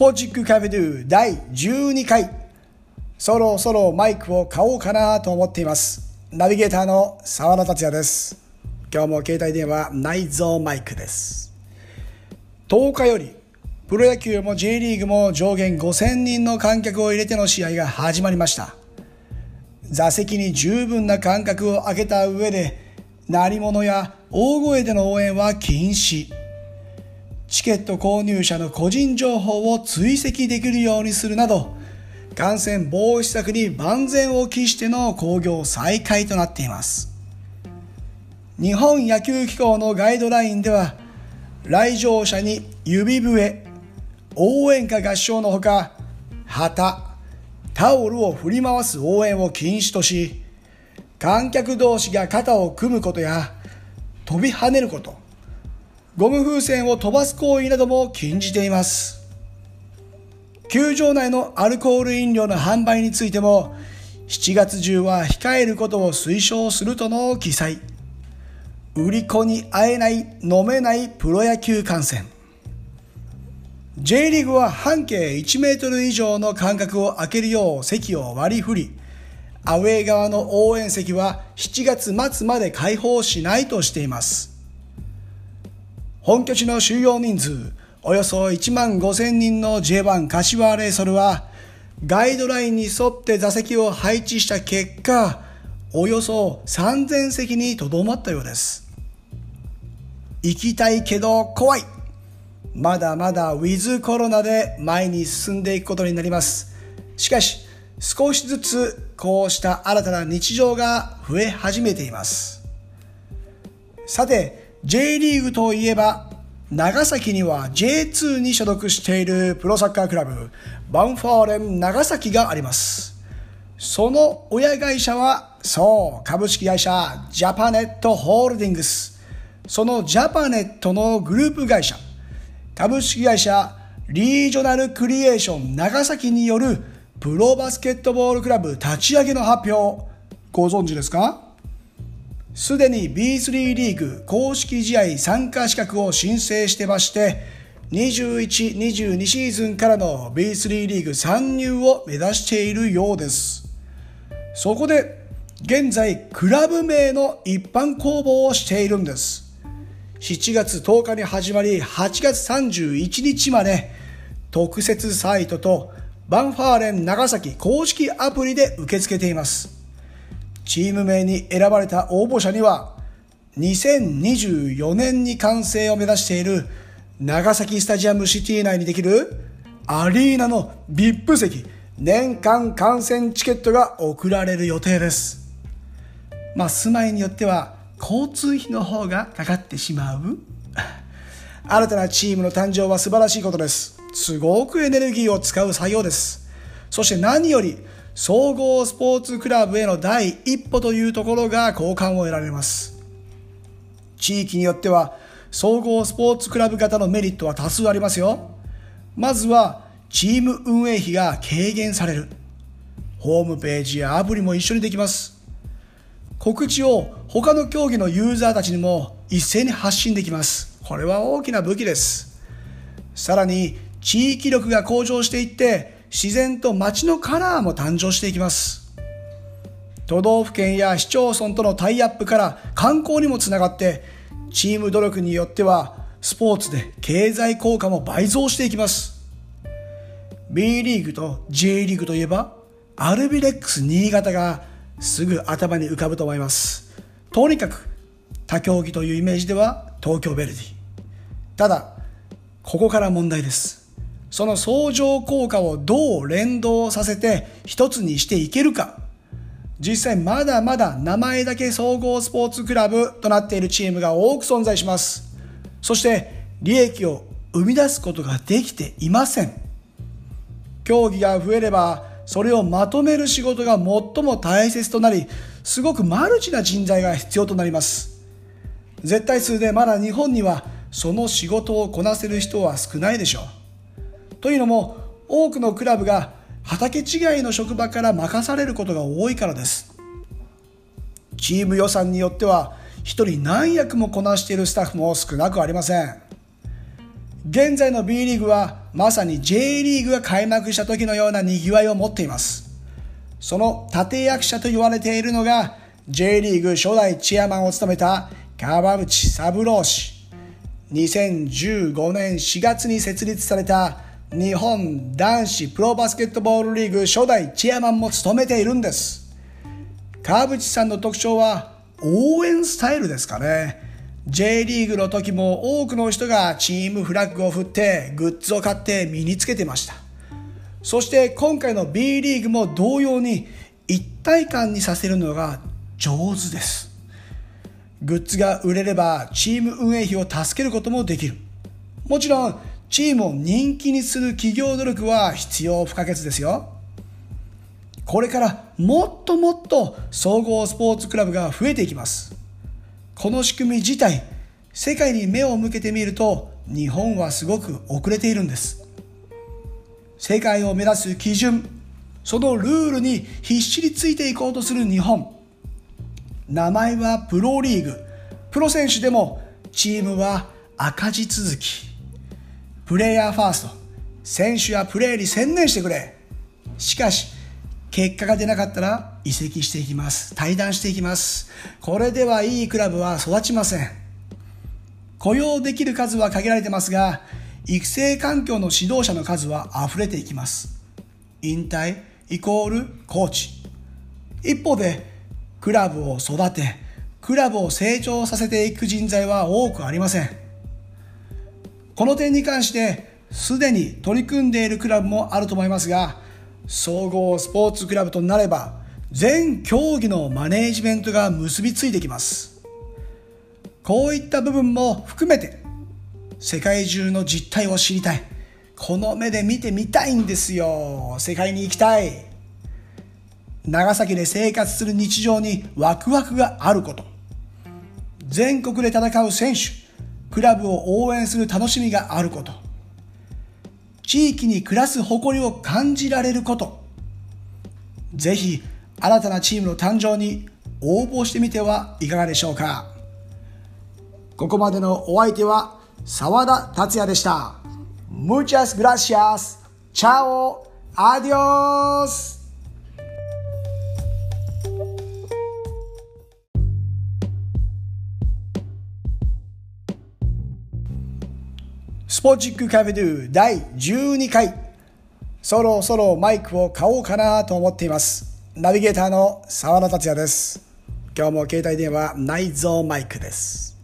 ポジックカフェドゥ第12回。そろそろマイクを買おうかなと思っています。ナビゲーターの澤田達也です。今日も携帯電話内蔵マイクです。10日よりプロ野球も J リーグも上限5000人の観客を入れての試合が始まりました。座席に十分な間隔を空けた上で、鳴り物や大声での応援は禁止。チケット購入者の個人情報を追跡できるようにするなど、感染防止策に万全を期しての興行再開となっています。日本野球機構のガイドラインでは、来場者に指笛、応援歌合唱のほか、旗、タオルを振り回す応援を禁止とし、観客同士が肩を組むことや飛び跳ねること、ゴム風船を飛ばす行為なども禁じています。球場内のアルコール飲料の販売についても、7月中は控えることを推奨するとの記載。売り子に会えない、飲めないプロ野球観戦。J リーグは半径1メートル以上の間隔を空けるよう席を割り振り、アウェー側の応援席は7月末まで開放しないとしています。本拠地の収容人数およそ1万5000人の J1 柏レイソルは、ガイドラインに沿って座席を配置した結果、およそ3000席にとどまったようです。行きたいけど怖い。まだまだウィズコロナで前に進んでいくことになります。しかし、少しずつこうした新たな日常が増え始めています。さて、J リーグといえば、長崎には J2 に所属しているプロサッカークラブ、バンファーレン長崎があります。その親会社は、株式会社ジャパネットホールディングス。そのジャパネットのグループ会社、株式会社リージョナルクリエーション長崎によるプロバスケットボールクラブ立ち上げの発表、ご存知ですか？すでに B3 リーグ公式試合参加資格を申請してまして、21、22シーズンからの B3 リーグ参入を目指しているようです。そこで現在クラブ名の一般公募をしているんです。7月10日に始まり、8月31日まで特設サイトとバンファーレン長崎公式アプリで受け付けています。チーム名に選ばれた応募者には、2024年に完成を目指している長崎スタジアムシティ内にできるアリーナの VIP 席、年間観戦チケットが贈られる予定です。住まいによっては交通費の方がかかってしまう新たなチームの誕生は素晴らしいことです。すごくエネルギーを使う作業です。そして何より総合スポーツクラブへの第一歩というところが好感を得られます。地域によっては総合スポーツクラブ型のメリットは多数ありますよ。まずはチーム運営費が軽減される。ホームページやアプリも一緒にできます。告知を他の競技のユーザーたちにも一斉に発信できます。これは大きな武器です。さらに地域力が向上していって、自然と街のカラーも誕生していきます。都道府県や市町村とのタイアップから観光にもつながって、チーム努力によってはスポーツで経済効果も倍増していきます。B リーグと J リーグといえば、アルビレックス新潟がすぐ頭に浮かぶと思います。とにかく他競技というイメージでは東京ヴェルディ。ただ、ここから問題です。その相乗効果をどう連動させて一つにしていけるか。実際まだまだ名前だけ総合スポーツクラブとなっているチームが多く存在します。そして利益を生み出すことができていません。競技が増えればそれをまとめる仕事が最も大切となり、すごくマルチな人材が必要となります。絶対数でまだ日本にはその仕事をこなせる人は少ないでしょう。というのも、多くのクラブが畑違いの職場から任されることが多いからです。チーム予算によっては一人何役もこなしているスタッフも少なくありません。 現在の B リーグはまさに J リーグが開幕した時のような賑わいを持っています。その立役者と言われているのが J リーグ初代チェアマンを務めた川淵三郎氏。2015年4月に設立された日本男子プロバスケットボールリーグ初代チェアマンも務めているんです。川淵さんの特徴は応援スタイルですかね。J リーグの時も多くの人がチームフラッグを振ってグッズを買って身につけてました。そして今回の B リーグも同様に一体感にさせるのが上手です。グッズが売れればチーム運営費を助けることもできる。もちろんチームを人気にする企業努力は必要不可欠ですよ。これからもっともっと総合スポーツクラブが増えていきます。この仕組み自体、世界に目を向けてみると日本はすごく遅れているんです。世界を目指す基準、そのルールに必死についていこうとする日本。名前はプロリーグ。プロ選手でもチームは赤字続き。プレイヤーファースト。選手やプレーに専念してくれ。しかし、結果が出なかったら移籍していきます。退団していきます。これではいいクラブは育ちません。雇用できる数は限られてますが、育成環境の指導者の数は溢れていきます。引退イコールコーチ。一方で、クラブを育て、クラブを成長させていく人材は多くありません。この点に関してすでに取り組んでいるクラブもあると思いますが、総合スポーツクラブとなれば全競技のマネージメントが結びついてきます。こういった部分も含めて世界中の実態を知りたい。この目で見てみたいんですよ。世界に行きたい。長崎で生活する日常にワクワクがあること。全国で戦う選手、クラブを応援する楽しみがあること。地域に暮らす誇りを感じられること。ぜひ新たなチームの誕生に応募してみてはいかがでしょうか。ここまでのお相手は澤田達也でした。Muchas gracias. Chao. Adios. スポチックカフェドゥ第12回。そろそろマイクを買おうかなと思っています。ナビゲーターの澤田達也です。今日も携帯電話内蔵マイクです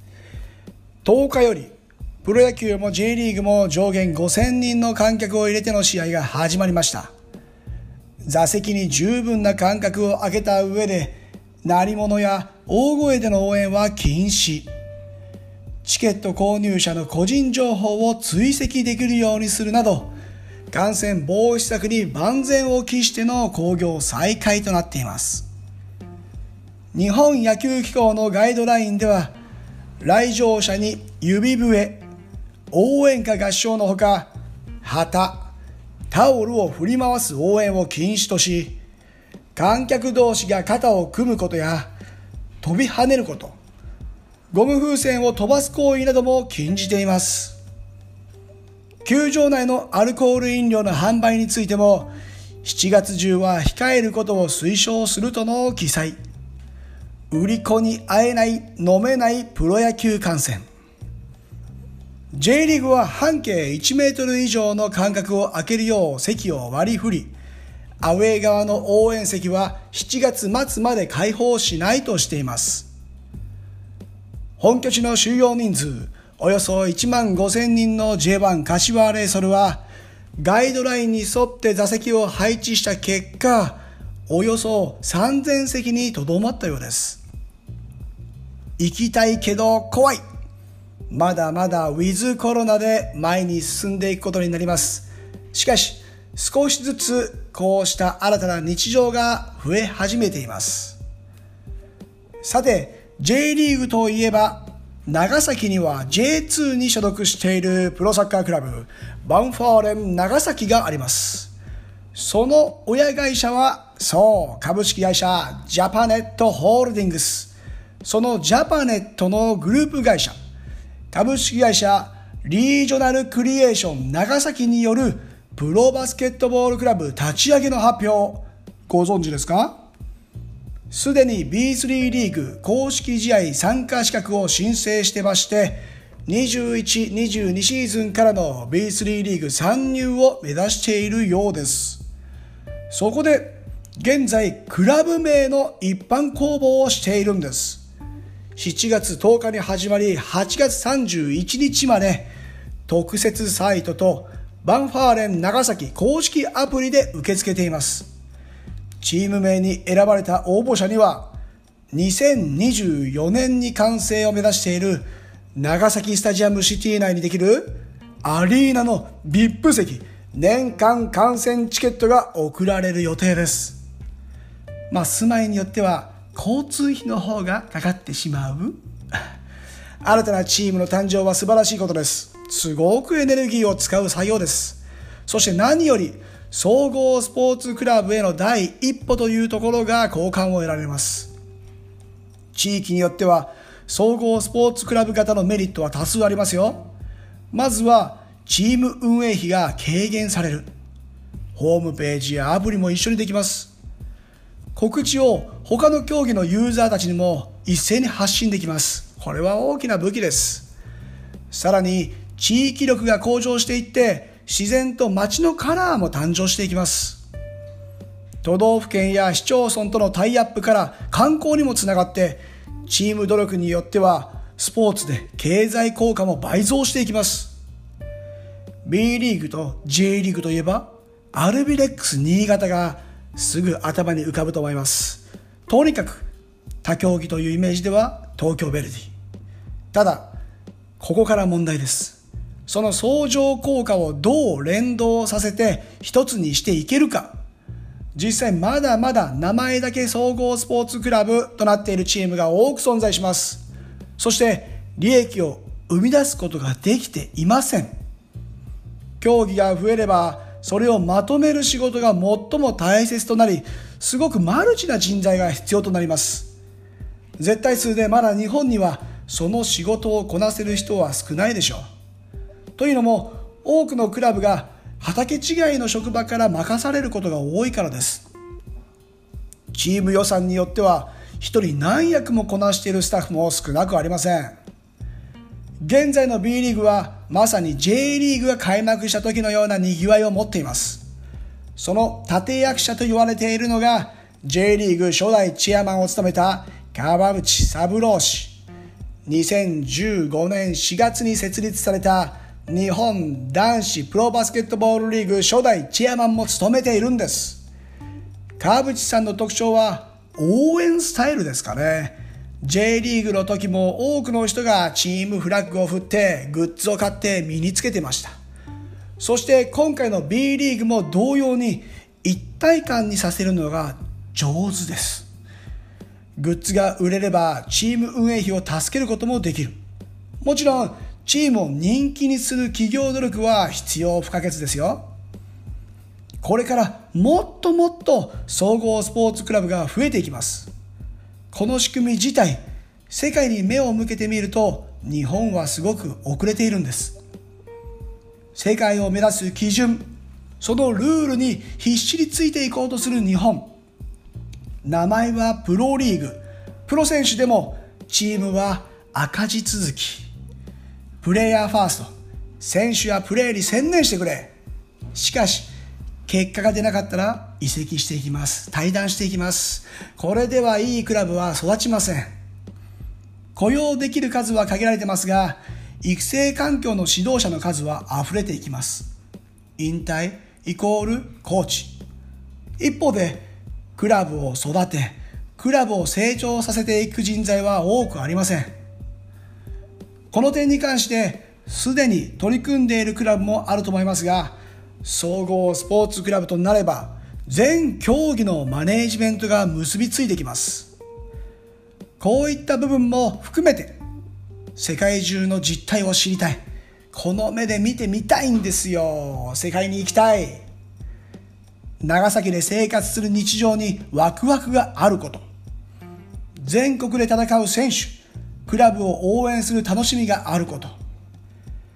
。10日よりプロ野球も J リーグも上限5000人の観客を入れての試合が始まりました。座席に十分な間隔を空けた上で、鳴り物や大声での応援は禁止。チケット購入者の個人情報を追跡できるようにするなど、感染防止策に万全を期しての興行再開となっています。日本野球機構のガイドラインでは、来場者に指笛、応援歌合唱のほか、旗、タオルを振り回す応援を禁止とし、観客同士が肩を組むことや飛び跳ねること、ゴム風船を飛ばす行為なども禁じています。球場内のアルコール飲料の販売についても、7月中は控えることを推奨するとの記載。売り子に会えない、飲めないプロ野球観戦。J リーグは半径1メートル以上の間隔を空けるよう席を割り振り、アウェー側の応援席は7月末まで開放しないとしています。本拠地の収容人数およそ1万5000人の J1 柏レイソルは、ガイドラインに沿って座席を配置した結果、およそ3000席にとどまったようです。行きたいけど怖い。まだまだウィズコロナで前に進んでいくことになります。しかし、少しずつこうした新たな日常が増え始めています。さて、J リーグといえば、長崎には J2 に所属しているプロサッカークラブ、ヴァンフォーレン長崎があります。その親会社は、株式会社ジャパネットホールディングス。そのジャパネットのグループ会社、株式会社リージョナルクリエーション長崎によるプロバスケットボールクラブ立ち上げの発表、ご存知ですか？すでに B3 リーグ公式試合参加資格を申請してまして、21、22シーズンからの B3 リーグ参入を目指しているようです。そこで現在クラブ名の一般公募をしているんです。7月10日に始まり8月31日まで特設サイトとバンファーレン長崎公式アプリで受け付けています。チーム名に選ばれた応募者には2024年に完成を目指している長崎スタジアムシティ内にできるアリーナの VIP 席年間観戦チケットが送られる予定です。住まいによっては交通費の方がかかってしまう新たなチームの誕生は素晴らしいことです。すごくエネルギーを使う作業です。そして何より総合スポーツクラブへの第一歩というところが好感を得られます。地域によっては総合スポーツクラブ型のメリットは多数ありますよ。まずはチーム運営費が軽減される。ホームページやアプリも一緒にできます。告知を他の競技のユーザーたちにも一斉に発信できます。これは大きな武器です。さらに地域力が向上していって自然と街のカラーも誕生していきます。都道府県や市町村とのタイアップから観光にもつながってチーム努力によってはスポーツで経済効果も倍増していきます。B リーグと J リーグといえばアルビレックス新潟がすぐ頭に浮かぶと思います。とにかく他競技というイメージでは東京ヴェルディ。ただここから問題です。その相乗効果をどう連動させて一つにしていけるか。実際まだまだ名前だけ総合スポーツクラブとなっているチームが多く存在します。そして利益を生み出すことができていません。競技が増えればそれをまとめる仕事が最も大切となり、すごくマルチな人材が必要となります。絶対数でまだ日本にはその仕事をこなせる人は少ないでしょう。というのも多くのクラブが畑違いの職場から任されることが多いからです。チーム予算によっては一人何役もこなしているスタッフも少なくありません。現在の B リーグはまさに J リーグが開幕した時のような賑わいを持っています。その立役者と言われているのが J リーグ初代チェアマンを務めた川淵三郎氏。2015年4月に設立された日本男子プロバスケットボールリーグ初代チェアマンも務めているんです。川淵さんの特徴は応援スタイルですかね。J リーグの時も多くの人がチームフラッグを振ってグッズを買って身につけてました。そして今回の B リーグも同様に一体感にさせるのが上手です。グッズが売れればチーム運営費を助けることもできる。もちろんチームを人気にする企業努力は必要不可欠ですよ。これからもっともっと総合スポーツクラブが増えていきます。この仕組み自体、世界に目を向けてみると日本はすごく遅れているんです。世界を目指す基準、そのルールに必死についていこうとする日本。名前はプロリーグ。プロ選手でもチームは赤字続き。プレイヤーファースト。選手やプレーに専念してくれ。しかし、結果が出なかったら移籍していきます。退団していきます。これではいいクラブは育ちません。雇用できる数は限られてますが、育成環境の指導者の数は溢れていきます。引退イコールコーチ。一方で、クラブを育て、クラブを成長させていく人材は多くありません。この点に関してすでに取り組んでいるクラブもあると思いますが、総合スポーツクラブとなれば全競技のマネージメントが結びついてきます。こういった部分も含めて世界中の実態を知りたい。この目で見てみたいんですよ。世界に行きたい。長崎で生活する日常にワクワクがあること。全国で戦う選手、クラブを応援する楽しみがあること。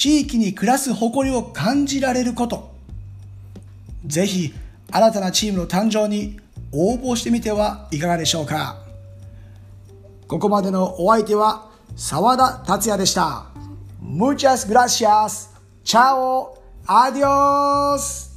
地域に暮らす誇りを感じられること。ぜひ新たなチームの誕生に応募してみてはいかがでしょうか。ここまでのお相手は澤田達也でした。Muchas gracias. Chao. Adios.